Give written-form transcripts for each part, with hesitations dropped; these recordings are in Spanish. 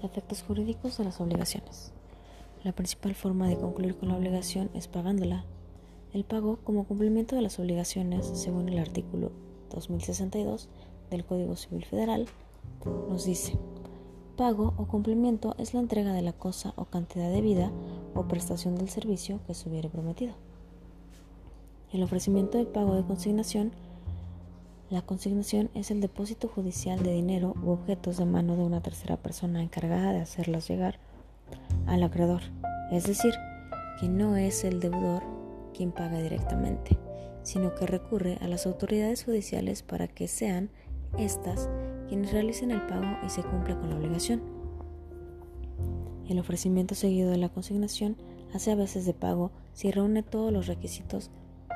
Efectos jurídicos de las obligaciones. La principal forma de concluir con la obligación es pagándola. El pago como cumplimiento de las obligaciones, según el artículo 2062 del Código Civil Federal, nos dice: pago o cumplimiento es la entrega de la cosa o cantidad debida o prestación del servicio que se hubiere prometido. El ofrecimiento de pago de consignación. La consignación es el depósito judicial de dinero u objetos de mano de una tercera persona encargada de hacerlos llegar al acreedor, es decir, que no es el deudor quien paga directamente, sino que recurre a las autoridades judiciales para que sean estas quienes realicen el pago y se cumpla con la obligación. El ofrecimiento seguido de la consignación hace a veces de pago si reúne todos los requisitos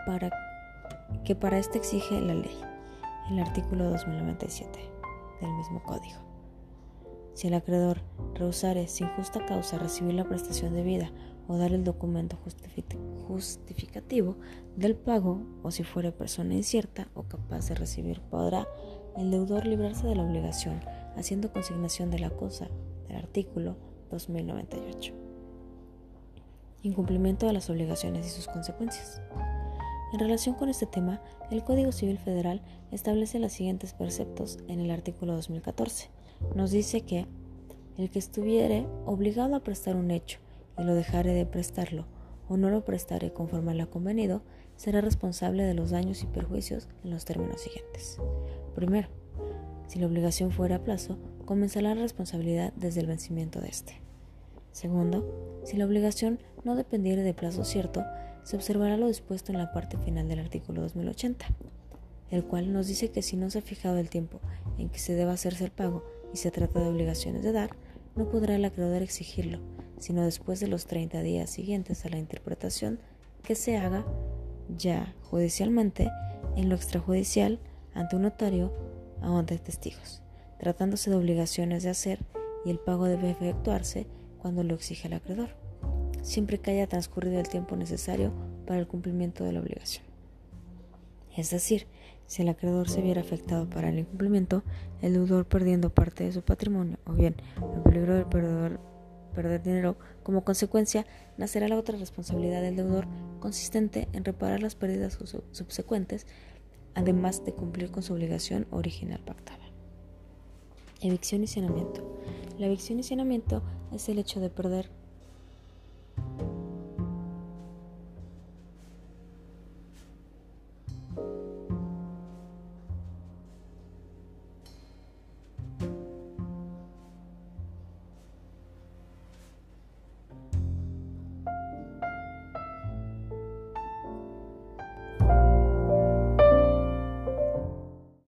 que para este exige la ley, el artículo 2097 del mismo código. Si el acreedor rehusare sin justa causa recibir la prestación debida o dar el documento justificativo del pago, o si fuere persona incierta o capaz de recibir, podrá el deudor librarse de la obligación haciendo consignación de la cosa del artículo 2098. Incumplimiento de las obligaciones y sus consecuencias. En relación con este tema, el Código Civil Federal establece los siguientes preceptos en el artículo 2014. Nos dice que el que estuviere obligado a prestar un hecho y lo dejare de prestarlo o no lo prestare conforme a lo convenido, será responsable de los daños y perjuicios en los términos siguientes. Primero, si la obligación fuera a plazo, comenzará la responsabilidad desde el vencimiento de este. Segundo, si la obligación no dependiere de plazo cierto, se observará lo dispuesto en la parte final del artículo 2080, el cual nos dice que si no se ha fijado el tiempo en que se deba hacerse el pago y se trata de obligaciones de dar, no podrá el acreedor exigirlo, sino después de los 30 días siguientes a la interpretación que se haga ya judicialmente, en lo extrajudicial, ante un notario o ante testigos, tratándose de obligaciones de hacer, y el pago debe efectuarse cuando lo exige el acreedor, siempre que haya transcurrido el tiempo necesario para el cumplimiento de la obligación. Es decir, si el acreedor se viera afectado para el incumplimiento, el deudor perdiendo parte de su patrimonio, o bien el peligro de perder dinero, como consecuencia, nacerá la otra responsabilidad del deudor, consistente en reparar las pérdidas subsecuentes, además de cumplir con su obligación original pactada. Evicción y saneamiento. La evicción y saneamiento es el hecho de perder